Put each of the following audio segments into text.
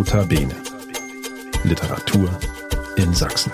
Nota Bene. Literatur in Sachsen.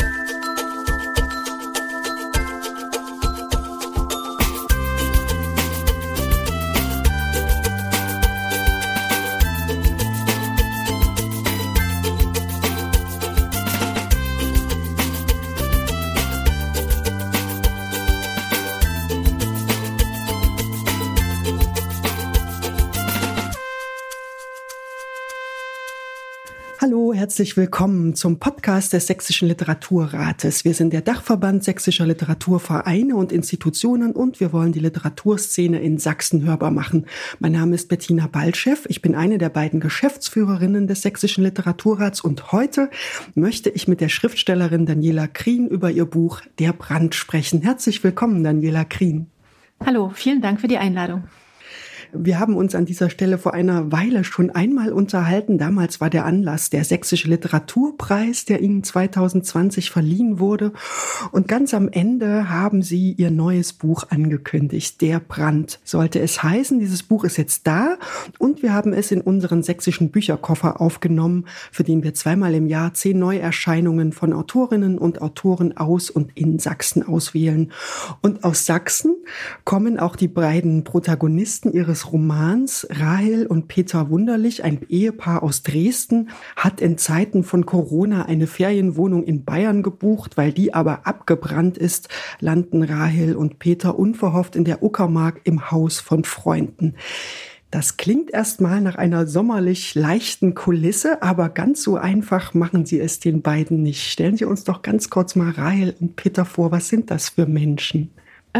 Hallo, herzlich willkommen zum Podcast des Sächsischen Literaturrates. Wir sind der Dachverband sächsischer Literaturvereine und Institutionen und wir wollen die Literaturszene in Sachsen hörbar machen. Mein Name ist Bettina Baltschew, ich bin eine der beiden Geschäftsführerinnen des Sächsischen Literaturrats und heute möchte ich mit der Schriftstellerin Daniela Krien über ihr Buch Der Brand sprechen. Herzlich willkommen, Daniela Krien. Hallo, vielen Dank für die Einladung. Wir haben uns an dieser Stelle vor einer Weile schon einmal unterhalten. Damals war der Anlass der Sächsische Literaturpreis, der Ihnen 2020 verliehen wurde. Und ganz am Ende haben Sie Ihr neues Buch angekündigt. Der Brand sollte es heißen. Dieses Buch ist jetzt da und wir haben es in unseren sächsischen Bücherkoffer aufgenommen, für den wir zweimal im Jahr 10 Neuerscheinungen von Autorinnen und Autoren aus und in Sachsen auswählen. Und aus Sachsen kommen auch die beiden Protagonisten ihres Romans. Rahel und Peter Wunderlich, ein Ehepaar aus Dresden, hat in Zeiten von Corona eine Ferienwohnung in Bayern gebucht. Weil die aber abgebrannt ist, landen Rahel und Peter unverhofft in der Uckermark im Haus von Freunden. Das klingt erstmal nach einer sommerlich leichten Kulisse, aber ganz so einfach machen Sie es den beiden nicht. Stellen Sie uns doch ganz kurz mal Rahel und Peter vor. Was sind das für Menschen?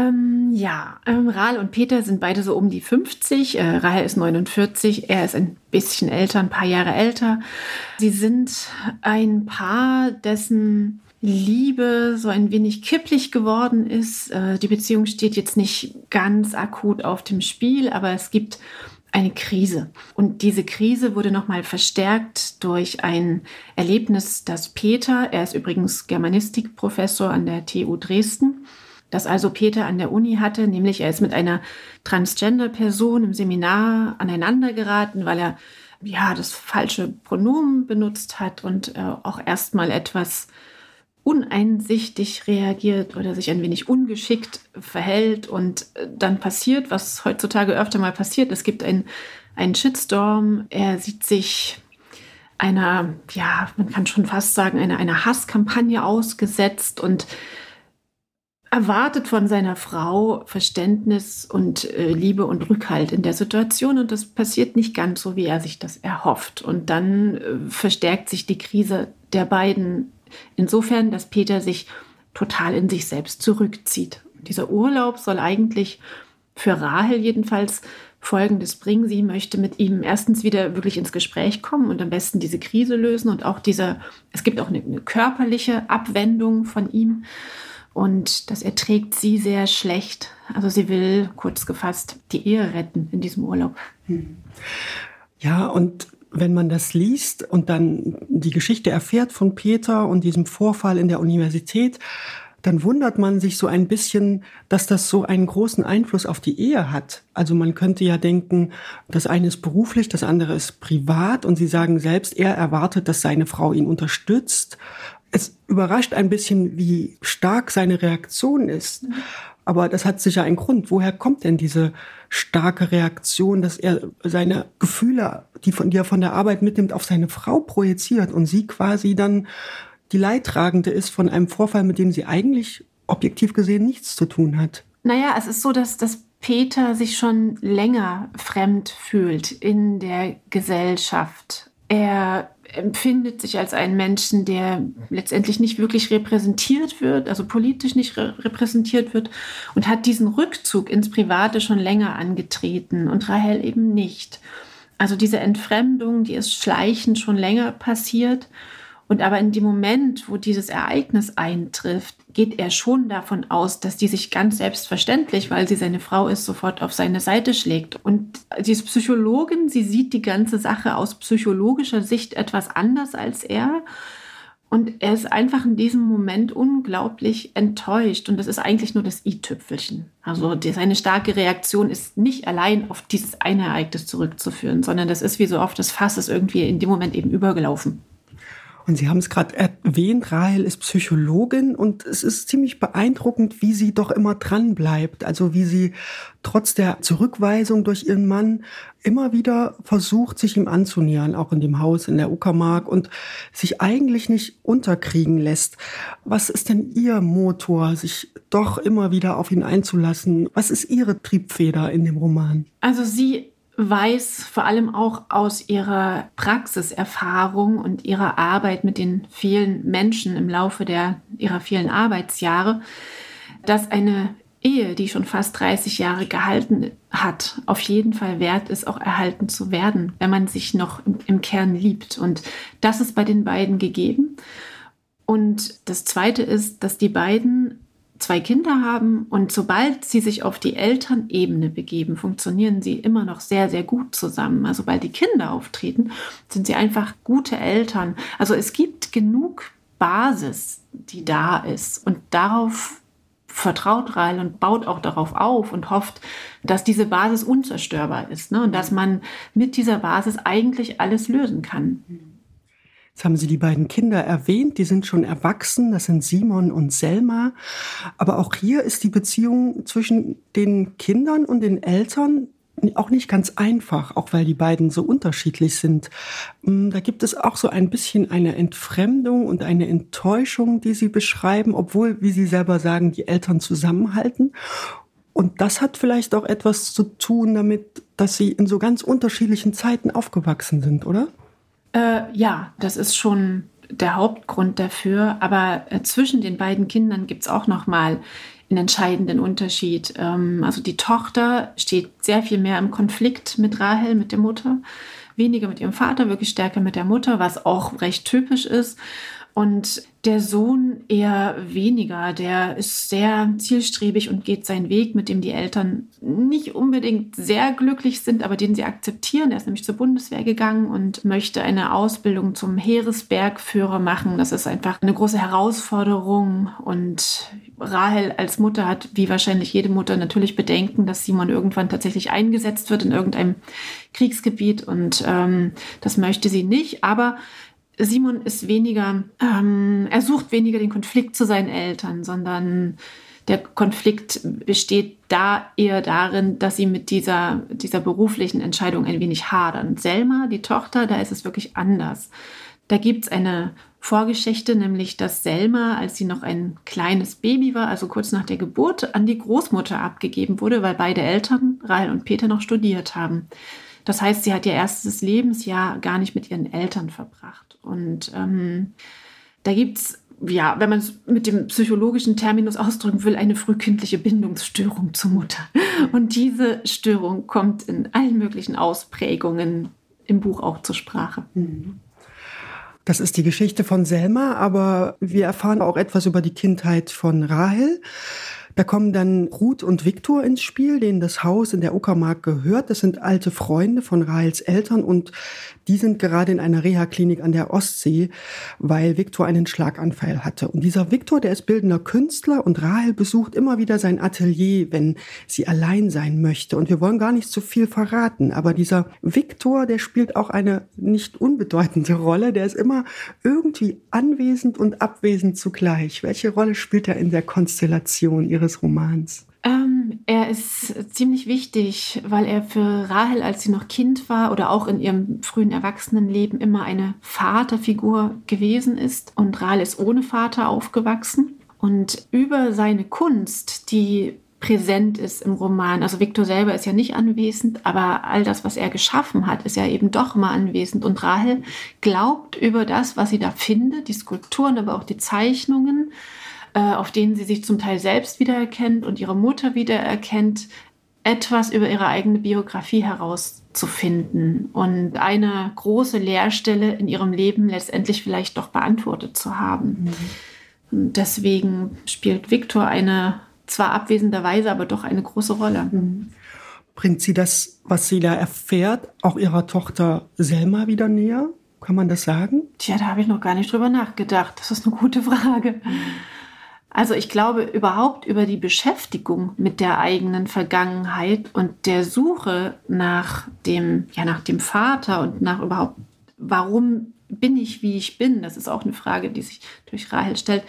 Rahel und Peter sind beide so um die 50. Rahel ist 49, er ist ein bisschen älter, ein paar Jahre älter. Sie sind ein Paar, dessen Liebe so ein wenig kipplig geworden ist. Die Beziehung steht jetzt nicht ganz akut auf dem Spiel, aber es gibt eine Krise. Und diese Krise wurde nochmal verstärkt durch ein Erlebnis, das Peter, er ist übrigens Germanistikprofessor an der TU Dresden, das also Peter an der Uni hatte, nämlich er ist mit einer Transgender-Person im Seminar aneinander geraten, weil er das falsche Pronomen benutzt hat und auch erstmal etwas uneinsichtig reagiert oder sich ein wenig ungeschickt verhält und dann passiert, was heutzutage öfter mal passiert. Es gibt einen Shitstorm, er sieht sich man kann schon fast sagen, einer Hasskampagne ausgesetzt und erwartet von seiner Frau Verständnis und Liebe und Rückhalt in der Situation und das passiert nicht ganz so, wie er sich das erhofft. Und dann verstärkt sich die Krise der beiden insofern, dass Peter sich total in sich selbst zurückzieht. Dieser Urlaub soll eigentlich für Rahel jedenfalls Folgendes bringen. Sie möchte mit ihm erstens wieder wirklich ins Gespräch kommen und am besten diese Krise lösen und auch es gibt auch eine körperliche Abwendung von ihm. Und das erträgt sie sehr schlecht. Also sie will, kurz gefasst, die Ehe retten in diesem Urlaub. Ja, und wenn man das liest und dann die Geschichte erfährt von Peter und diesem Vorfall in der Universität, dann wundert man sich so ein bisschen, dass das so einen großen Einfluss auf die Ehe hat. Also man könnte ja denken, das eine ist beruflich, das andere ist privat. Und Sie sagen selbst, er erwartet, dass seine Frau ihn unterstützt. Es überrascht ein bisschen, wie stark seine Reaktion ist. Aber das hat sicher einen Grund. Woher kommt denn diese starke Reaktion, dass er seine Gefühle, die er von der Arbeit mitnimmt, auf seine Frau projiziert und sie quasi dann die Leidtragende ist von einem Vorfall, mit dem sie eigentlich objektiv gesehen nichts zu tun hat? Naja, es ist so, dass Peter sich schon länger fremd fühlt in der Gesellschaft. Er empfindet sich als einen Menschen, der letztendlich nicht wirklich repräsentiert wird, also politisch nicht repräsentiert wird und hat diesen Rückzug ins Private schon länger angetreten und Rahel eben nicht. Also diese Entfremdung, die ist schleichend schon länger passiert. Und aber in dem Moment, wo dieses Ereignis eintrifft, geht er schon davon aus, dass die sich ganz selbstverständlich, weil sie seine Frau ist, sofort auf seine Seite schlägt. Und sie ist Psychologin, sie sieht die ganze Sache aus psychologischer Sicht etwas anders als er. Und er ist einfach in diesem Moment unglaublich enttäuscht. Und das ist eigentlich nur das i-Tüpfelchen. Also seine starke Reaktion ist nicht allein auf dieses eine Ereignis zurückzuführen, sondern das ist wie so oft, das Fass ist irgendwie in dem Moment eben übergelaufen. Und Sie haben es gerade erwähnt, Rahel ist Psychologin und es ist ziemlich beeindruckend, wie sie doch immer dran bleibt. Also wie sie trotz der Zurückweisung durch ihren Mann immer wieder versucht, sich ihm anzunähern, auch in dem Haus in der Uckermark und sich eigentlich nicht unterkriegen lässt. Was ist denn Ihr Motor, sich doch immer wieder auf ihn einzulassen? Was ist Ihre Triebfeder in dem Roman? Also sie weiß vor allem auch aus ihrer Praxiserfahrung und ihrer Arbeit mit den vielen Menschen im Laufe ihrer vielen Arbeitsjahre, dass eine Ehe, die schon fast 30 Jahre gehalten hat, auf jeden Fall wert ist, auch erhalten zu werden, wenn man sich noch im Kern liebt. Und das ist bei den beiden gegeben. Und das Zweite ist, dass die beiden 2 Kinder haben und sobald sie sich auf die Elternebene begeben, funktionieren sie immer noch sehr, sehr gut zusammen. Also sobald die Kinder auftreten, sind sie einfach gute Eltern. Also es gibt genug Basis, die da ist und darauf vertraut Rahel und baut auch darauf auf und hofft, dass diese Basis unzerstörbar ist, ne? Und dass man mit dieser Basis eigentlich alles lösen kann. Jetzt haben Sie die beiden Kinder erwähnt, die sind schon erwachsen, das sind Simon und Selma. Aber auch hier ist die Beziehung zwischen den Kindern und den Eltern auch nicht ganz einfach, auch weil die beiden so unterschiedlich sind. Da gibt es auch so ein bisschen eine Entfremdung und eine Enttäuschung, die Sie beschreiben, obwohl, wie Sie selber sagen, die Eltern zusammenhalten. Und das hat vielleicht auch etwas zu tun damit, dass Sie in so ganz unterschiedlichen Zeiten aufgewachsen sind, oder? Ja, das ist schon der Hauptgrund dafür. Aber zwischen den beiden Kindern gibt es auch noch mal einen entscheidenden Unterschied. Also die Tochter steht sehr viel mehr im Konflikt mit Rahel, mit der Mutter. Weniger mit ihrem Vater, wirklich stärker mit der Mutter, was auch recht typisch ist. Und der Sohn eher weniger, der ist sehr zielstrebig und geht seinen Weg, mit dem die Eltern nicht unbedingt sehr glücklich sind, aber den sie akzeptieren. Er ist nämlich zur Bundeswehr gegangen und möchte eine Ausbildung zum Heeresbergführer machen. Das ist einfach eine große Herausforderung und Rahel als Mutter hat, wie wahrscheinlich jede Mutter, natürlich Bedenken, dass Simon irgendwann tatsächlich eingesetzt wird in irgendeinem Kriegsgebiet und das möchte sie nicht, aber Simon ist weniger, er sucht weniger den Konflikt zu seinen Eltern, sondern der Konflikt besteht da eher darin, dass sie mit dieser beruflichen Entscheidung ein wenig hadern. Selma, die Tochter, da ist es wirklich anders. Da gibt es eine Vorgeschichte, nämlich dass Selma, als sie noch ein kleines Baby war, also kurz nach der Geburt, an die Großmutter abgegeben wurde, weil beide Eltern, Rahel und Peter, noch studiert haben. Das heißt, sie hat ihr erstes Lebensjahr gar nicht mit ihren Eltern verbracht. Und da gibt es, ja, wenn man es mit dem psychologischen Terminus ausdrücken will, eine frühkindliche Bindungsstörung zur Mutter. Und diese Störung kommt in allen möglichen Ausprägungen im Buch auch zur Sprache. Das ist die Geschichte von Selma, aber wir erfahren auch etwas über die Kindheit von Rahel. Da kommen dann Ruth und Viktor ins Spiel, denen das Haus in der Uckermark gehört. Das sind alte Freunde von Rahels Eltern und die sind gerade in einer Reha-Klinik an der Ostsee, weil Viktor einen Schlaganfall hatte. Und dieser Viktor, der ist bildender Künstler und Rahel besucht immer wieder sein Atelier, wenn sie allein sein möchte. Und wir wollen gar nicht so viel verraten, aber dieser Viktor, der spielt auch eine nicht unbedeutende Rolle. Der ist immer irgendwie anwesend und abwesend zugleich. Welche Rolle spielt er in der Konstellation Ihres Romans? Er ist ziemlich wichtig, weil er für Rahel, als sie noch Kind war oder auch in ihrem frühen Erwachsenenleben immer eine Vaterfigur gewesen ist. Und Rahel ist ohne Vater aufgewachsen. Und über seine Kunst, die präsent ist im Roman, also Viktor selber ist ja nicht anwesend, aber all das, was er geschaffen hat, ist ja eben doch immer anwesend. Und Rahel glaubt über das, was sie da findet, die Skulpturen, aber auch die Zeichnungen, auf denen sie sich zum Teil selbst wiedererkennt und ihre Mutter wiedererkennt, etwas über ihre eigene Biografie herauszufinden und eine große Leerstelle in ihrem Leben letztendlich vielleicht doch beantwortet zu haben. Und deswegen spielt Viktor eine zwar abwesenderweise, aber doch eine große Rolle. Bringt sie das, was sie da erfährt, auch ihrer Tochter Selma wieder näher? Kann man das sagen? Tja, da habe ich noch gar nicht drüber nachgedacht. Das ist eine gute Frage. Also ich glaube überhaupt über die Beschäftigung mit der eigenen Vergangenheit und der Suche nach dem Vater und nach überhaupt, warum bin ich, wie ich bin? Das ist auch eine Frage, die sich durch Rahel stellt.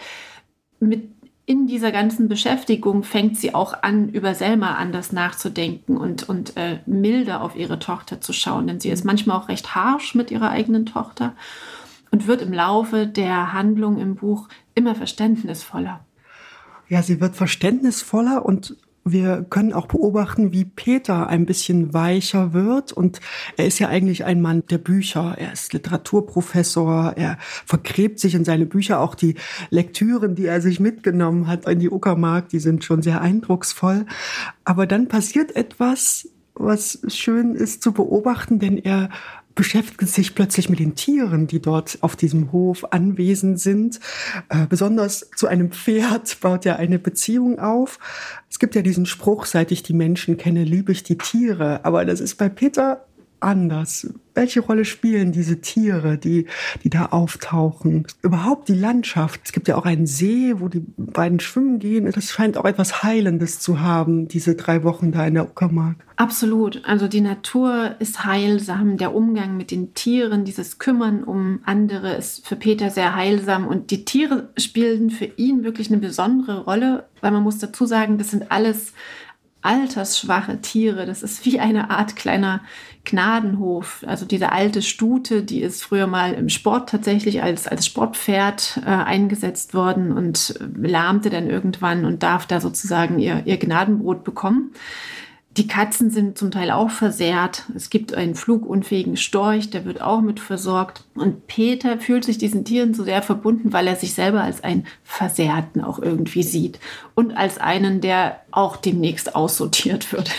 In dieser ganzen Beschäftigung fängt sie auch an, über Selma anders nachzudenken und milder auf ihre Tochter zu schauen. Denn sie ist manchmal auch recht harsch mit ihrer eigenen Tochter und wird im Laufe der Handlung im Buch immer verständnisvoller. Ja, sie wird verständnisvoller und wir können auch beobachten, wie Peter ein bisschen weicher wird. Und er ist ja eigentlich ein Mann der Bücher. Er ist Literaturprofessor. Er vergräbt sich in seine Bücher. Auch die Lektüren, die er sich mitgenommen hat in die Uckermark, die sind schon sehr eindrucksvoll. Aber dann passiert etwas, was schön ist zu beobachten, denn er beschäftigt sich plötzlich mit den Tieren, die dort auf diesem Hof anwesend sind. Besonders zu einem Pferd baut er eine Beziehung auf. Es gibt ja diesen Spruch, seit ich die Menschen kenne, liebe ich die Tiere. Aber das ist bei Peter anders. Welche Rolle spielen diese Tiere, die da auftauchen? Überhaupt die Landschaft. Es gibt ja auch einen See, wo die beiden schwimmen gehen. Das scheint auch etwas Heilendes zu haben, diese 3 Wochen da in der Uckermark. Absolut. Also die Natur ist heilsam. Der Umgang mit den Tieren, dieses Kümmern um andere ist für Peter sehr heilsam. Und die Tiere spielen für ihn wirklich eine besondere Rolle, weil man muss dazu sagen, das sind alles altersschwache Tiere. Das ist wie eine Art kleiner Gnadenhof. Also diese alte Stute, die ist früher mal im Sport tatsächlich als Sportpferd eingesetzt worden und lahmte dann irgendwann und darf da sozusagen ihr Gnadenbrot bekommen. Die Katzen sind zum Teil auch versehrt. Es gibt einen flugunfähigen Storch, der wird auch mit versorgt. Und Peter fühlt sich diesen Tieren so sehr verbunden, weil er sich selber als einen Versehrten auch irgendwie sieht. Und als einen, der auch demnächst aussortiert wird.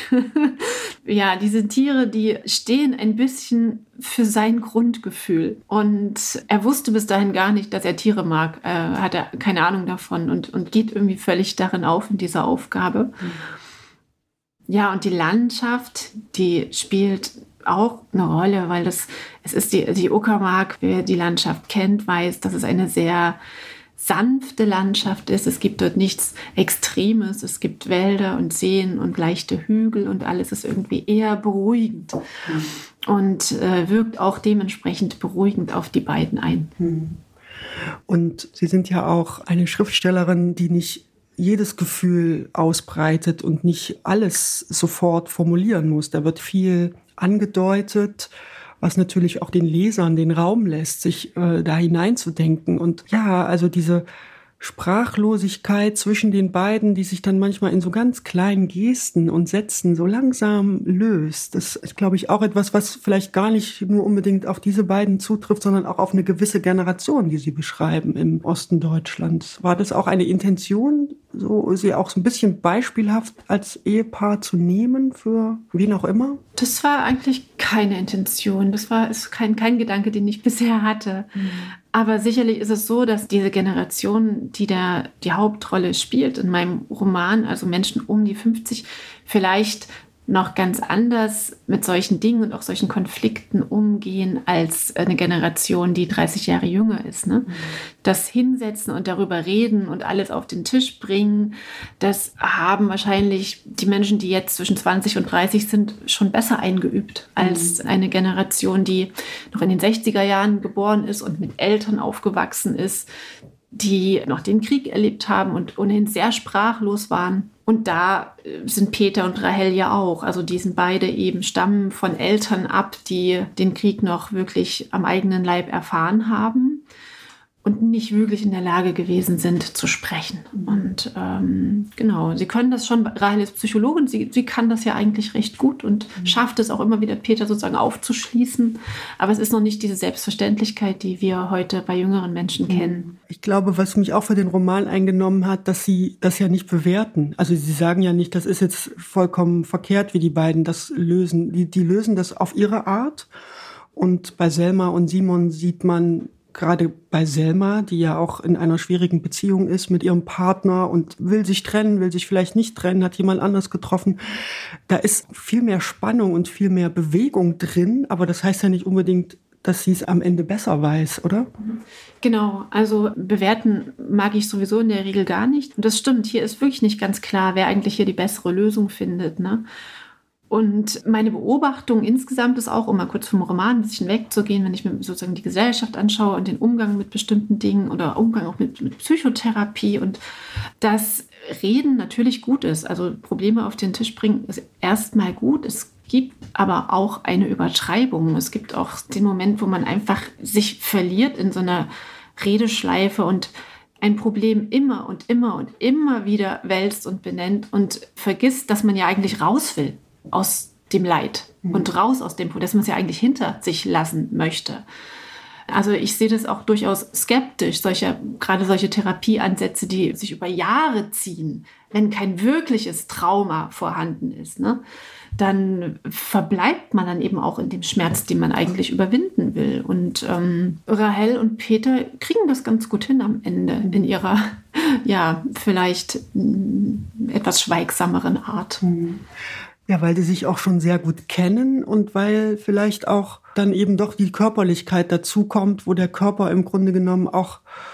Ja, diese Tiere, die stehen ein bisschen für sein Grundgefühl. Und er wusste bis dahin gar nicht, dass er Tiere mag. Hatte keine Ahnung davon und geht irgendwie völlig darin auf in dieser Aufgabe. Ja, und die Landschaft, die spielt auch eine Rolle, weil es ist die Uckermark, wer die Landschaft kennt, weiß, dass es eine sehr sanfte Landschaft ist. Es gibt dort nichts Extremes. Es gibt Wälder und Seen und leichte Hügel und alles ist irgendwie eher beruhigend und wirkt auch dementsprechend beruhigend auf die beiden ein. Und Sie sind ja auch eine Schriftstellerin, die nicht jedes Gefühl ausbreitet und nicht alles sofort formulieren muss. Da wird viel angedeutet, was natürlich auch den Lesern den Raum lässt, sich da hineinzudenken. Und ja, also diese Sprachlosigkeit zwischen den beiden, die sich dann manchmal in so ganz kleinen Gesten und Sätzen so langsam löst. Das ist, glaube ich, auch etwas, was vielleicht gar nicht nur unbedingt auf diese beiden zutrifft, sondern auch auf eine gewisse Generation, die Sie beschreiben im Osten Deutschlands. War das auch eine Intention, so sie auch so ein bisschen beispielhaft als Ehepaar zu nehmen für wen auch immer? Das war eigentlich keine Intention. Das ist kein Gedanke, den ich bisher hatte. Aber sicherlich ist es so, dass diese Generation, die da die Hauptrolle spielt in meinem Roman, also Menschen um die 50, vielleicht noch ganz anders mit solchen Dingen und auch solchen Konflikten umgehen als eine Generation, die 30 Jahre jünger ist. Ne? Das Hinsetzen und darüber reden und alles auf den Tisch bringen, das haben wahrscheinlich die Menschen, die jetzt zwischen 20 und 30 sind, schon besser eingeübt als eine Generation, die noch in den 60er Jahren geboren ist und mit Eltern aufgewachsen ist, die noch den Krieg erlebt haben und ohnehin sehr sprachlos waren. Und da sind Peter und Rahel ja auch. Also die sind beide eben, stammen von Eltern ab, die den Krieg noch wirklich am eigenen Leib erfahren haben und nicht wirklich in der Lage gewesen sind zu sprechen. Und genau, sie können das schon. Rahel ist Psychologin, sie kann das ja eigentlich recht gut und schafft es auch immer wieder, Peter sozusagen aufzuschließen. Aber es ist noch nicht diese Selbstverständlichkeit, die wir heute bei jüngeren Menschen kennen. Ich glaube, was mich auch für den Roman eingenommen hat, dass Sie das ja nicht bewerten. Also Sie sagen ja nicht, das ist jetzt vollkommen verkehrt, wie die beiden das lösen. Die lösen das auf ihre Art. Und bei Selma und Simon sieht man, gerade bei Selma, die ja auch in einer schwierigen Beziehung ist mit ihrem Partner und will sich trennen, will sich vielleicht nicht trennen, hat jemand anders getroffen. Da ist viel mehr Spannung und viel mehr Bewegung drin, aber das heißt ja nicht unbedingt, dass sie es am Ende besser weiß, oder? Genau, also bewerten mag ich sowieso in der Regel gar nicht. Und das stimmt, hier ist wirklich nicht ganz klar, wer eigentlich hier die bessere Lösung findet, ne? Und meine Beobachtung insgesamt ist auch, um mal kurz vom Roman ein bisschen wegzugehen, wenn ich mir sozusagen die Gesellschaft anschaue und den Umgang mit bestimmten Dingen oder Umgang auch mit Psychotherapie und dass Reden natürlich gut ist. Also Probleme auf den Tisch bringen ist erstmal gut. Es gibt aber auch eine Übertreibung. Es gibt auch den Moment, wo man einfach sich verliert in so einer Redeschleife und ein Problem immer und immer und immer wieder wälzt und benennt und vergisst, dass man ja eigentlich raus will aus dem Leid und raus aus dem Problem, dass man es ja eigentlich hinter sich lassen möchte. Also ich sehe das auch durchaus skeptisch, gerade solche Therapieansätze, die sich über Jahre ziehen, wenn kein wirkliches Trauma vorhanden ist, ne? Dann verbleibt man dann eben auch in dem Schmerz, den man eigentlich überwinden will. Und Rahel und Peter kriegen das ganz gut hin am Ende in ihrer, ja, vielleicht etwas schweigsameren Art. Ja, weil die sich auch schon sehr gut kennen und weil vielleicht auch dann eben doch die Körperlichkeit dazukommt, wo der Körper im Grunde genommen auch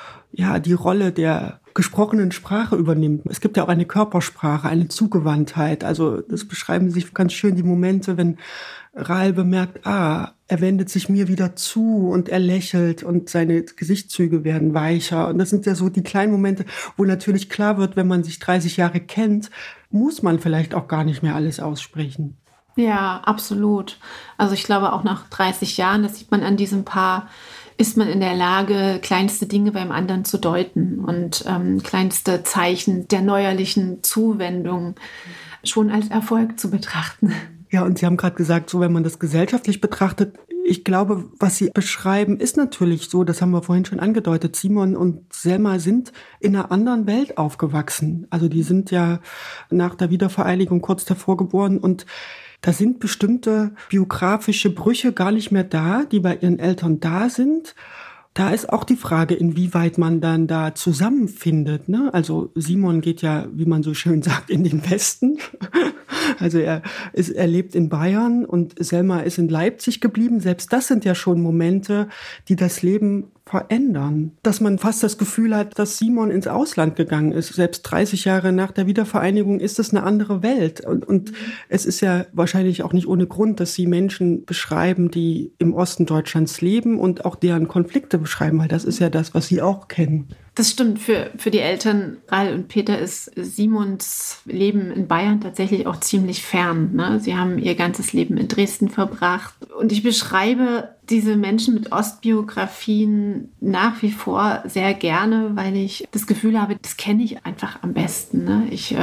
ja die Rolle der gesprochenen Sprache übernimmt. Es gibt ja auch eine Körpersprache, eine Zugewandtheit. Also das beschreiben sich ganz schön die Momente, wenn Rahel bemerkt, er wendet sich mir wieder zu und er lächelt und seine Gesichtszüge werden weicher. Und das sind ja so die kleinen Momente, wo natürlich klar wird, wenn man sich 30 Jahre kennt, muss man vielleicht auch gar nicht mehr alles aussprechen. Ja, absolut. Also ich glaube auch nach 30 Jahren, das sieht man an diesem Paar, ist man in der Lage, kleinste Dinge beim anderen zu deuten und kleinste Zeichen der neuerlichen Zuwendung schon als Erfolg zu betrachten. Ja, und Sie haben gerade gesagt, so wenn man das gesellschaftlich betrachtet, ich glaube, was Sie beschreiben, ist natürlich so, das haben wir vorhin schon angedeutet, Simon und Selma sind in einer anderen Welt aufgewachsen. Also die sind ja nach der Wiedervereinigung kurz davor geboren und da sind bestimmte biografische Brüche gar nicht mehr da, die bei ihren Eltern da sind. Da ist auch die Frage, inwieweit man dann da zusammenfindet, ne? Also Simon geht ja, wie man so schön sagt, in den Westen. Also er lebt in Bayern und Selma ist in Leipzig geblieben. Selbst das sind ja schon Momente, die das Leben verändern. Dass man fast das Gefühl hat, dass Simon ins Ausland gegangen ist. Selbst 30 Jahre nach der Wiedervereinigung ist es eine andere Welt. Und es ist ja wahrscheinlich auch nicht ohne Grund, dass Sie Menschen beschreiben, die im Osten Deutschlands leben und auch deren Konflikte beschreiben, weil das ist ja das, was Sie auch kennen. Das stimmt. Für die Eltern, Rahel und Peter, ist Simons Leben in Bayern tatsächlich auch ziemlich fern, ne? Sie haben ihr ganzes Leben in Dresden verbracht. Und ich beschreibe diese Menschen mit Ostbiografien nach wie vor sehr gerne, weil ich das Gefühl habe, das kenne ich einfach am besten, ne? Ich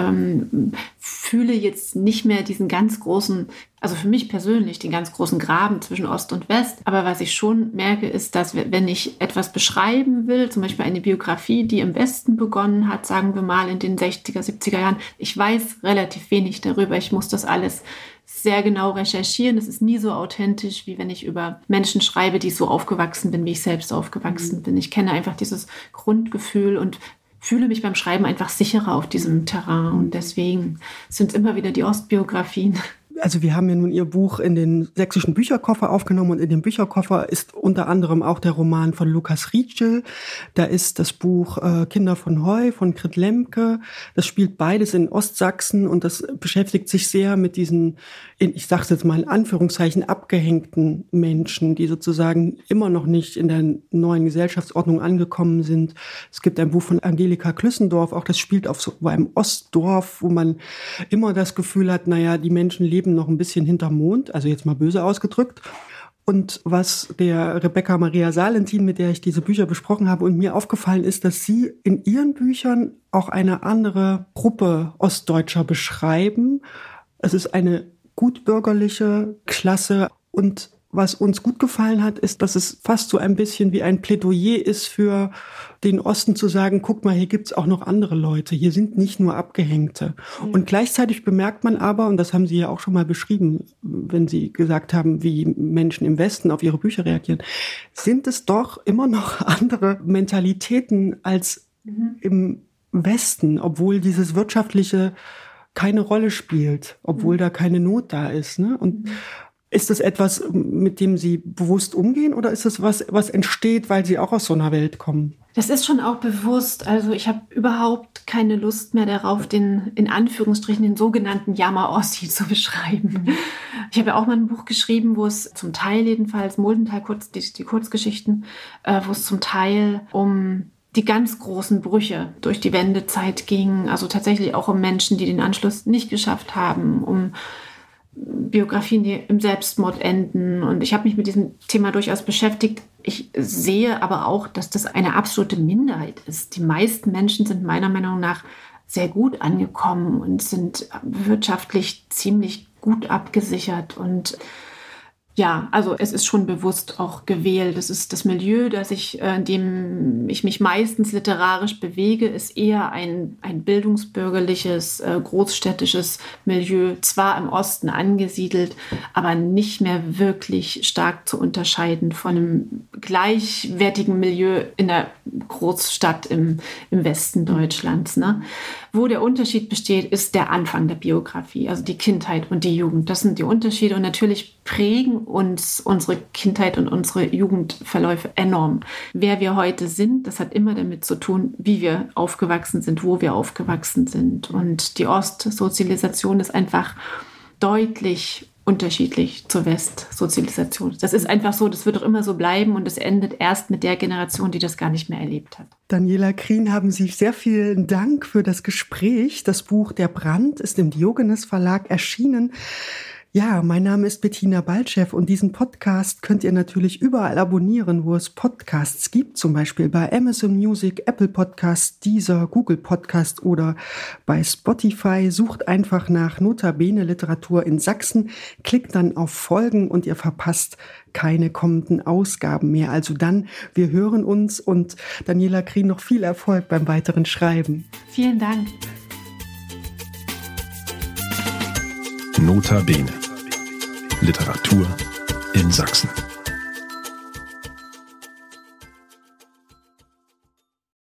fühle jetzt nicht mehr diesen ganz großen, also für mich persönlich, den ganz großen Graben zwischen Ost und West. Aber was ich schon merke, ist, dass wenn ich etwas beschreiben will, zum Beispiel eine Biografie, die im Westen begonnen hat, sagen wir mal in den 60er, 70er Jahren, ich weiß relativ wenig darüber. Ich muss das alles sehr genau recherchieren. Es ist nie so authentisch, wie wenn ich über Menschen schreibe, die so aufgewachsen bin, wie ich selbst aufgewachsen bin. Ich kenne einfach dieses Grundgefühl und fühle mich beim Schreiben einfach sicherer auf diesem Terrain. Und deswegen sind es immer wieder die Ostbiografien. Also wir haben ja nun Ihr Buch in den sächsischen Bücherkoffer aufgenommen und in dem Bücherkoffer ist unter anderem auch der Roman von Lukas Rietschel. Da ist das Buch Kinder von Heu von Grit Lemke. Das spielt beides in Ostsachsen und das beschäftigt sich sehr mit diesen, ich sage es jetzt mal in Anführungszeichen, abgehängten Menschen, die sozusagen immer noch nicht in der neuen Gesellschaftsordnung angekommen sind. Es gibt ein Buch von Angelika Klüssendorf, auch das spielt auf so einem Ostdorf, wo man immer das Gefühl hat, naja, die Menschen leben noch ein bisschen hinterm Mond, also jetzt mal böse ausgedrückt. Und was der Rebecca Maria Salentin, mit der ich diese Bücher besprochen habe, und mir aufgefallen ist, dass Sie in Ihren Büchern auch eine andere Gruppe Ostdeutscher beschreiben. Es ist eine gutbürgerliche Klasse und was uns gut gefallen hat, ist, dass es fast so ein bisschen wie ein Plädoyer ist für den Osten zu sagen, guck mal, hier gibt's auch noch andere Leute, hier sind nicht nur Abgehängte. Und gleichzeitig bemerkt man aber, und das haben Sie ja auch schon mal beschrieben, wenn Sie gesagt haben, wie Menschen im Westen auf Ihre Bücher reagieren, sind es doch immer noch andere Mentalitäten als im Westen, obwohl dieses Wirtschaftliche keine Rolle spielt, obwohl da keine Not da ist, ne? Und Ist das etwas, mit dem Sie bewusst umgehen oder ist das was entsteht, weil Sie auch aus so einer Welt kommen? Das ist schon auch bewusst. Also ich habe überhaupt keine Lust mehr darauf, in Anführungsstrichen, den sogenannten Jammer-Ossi zu beschreiben. Ich habe ja auch mal ein Buch geschrieben, wo es zum Teil jedenfalls, Muldental, die Kurzgeschichten, wo es zum Teil um die ganz großen Brüche durch die Wendezeit ging. Also tatsächlich auch um Menschen, die den Anschluss nicht geschafft haben, um Biografien, die im Selbstmord enden. Und ich habe mich mit diesem Thema durchaus beschäftigt. Ich sehe aber auch, dass das eine absolute Minderheit ist. Die meisten Menschen sind meiner Meinung nach sehr gut angekommen und sind wirtschaftlich ziemlich gut abgesichert. Und ja, also es ist schon bewusst auch gewählt. Das ist das Milieu, in dem ich mich meistens literarisch bewege, ist eher ein bildungsbürgerliches, großstädtisches Milieu, zwar im Osten angesiedelt, aber nicht mehr wirklich stark zu unterscheiden von einem gleichwertigen Milieu in der Großstadt im Westen Deutschlands. Ne? Wo der Unterschied besteht, ist der Anfang der Biografie, also die Kindheit und die Jugend. Das sind die Unterschiede und natürlich prägen uns unsere Kindheit und unsere Jugendverläufe enorm. Wer wir heute sind, das hat immer damit zu tun, wie wir aufgewachsen sind, wo wir aufgewachsen sind. Und die Ostsozialisation ist einfach deutlich unterschiedlich zur Westsozialisation. Das ist einfach so, das wird auch immer so bleiben und es endet erst mit der Generation, die das gar nicht mehr erlebt hat. Daniela Krien, haben Sie sehr vielen Dank für das Gespräch. Das Buch Der Brand ist im Diogenes Verlag erschienen. Ja, mein Name ist Bettina Baltschew und diesen Podcast könnt ihr natürlich überall abonnieren, wo es Podcasts gibt, zum Beispiel bei Amazon Music, Apple Podcasts, Deezer, Google Podcast oder bei Spotify. Sucht einfach nach Notabene Literatur in Sachsen, klickt dann auf Folgen und ihr verpasst keine kommenden Ausgaben mehr. Also dann, wir hören uns und Daniela Krien, noch viel Erfolg beim weiteren Schreiben. Vielen Dank. Notabene. Literatur in Sachsen.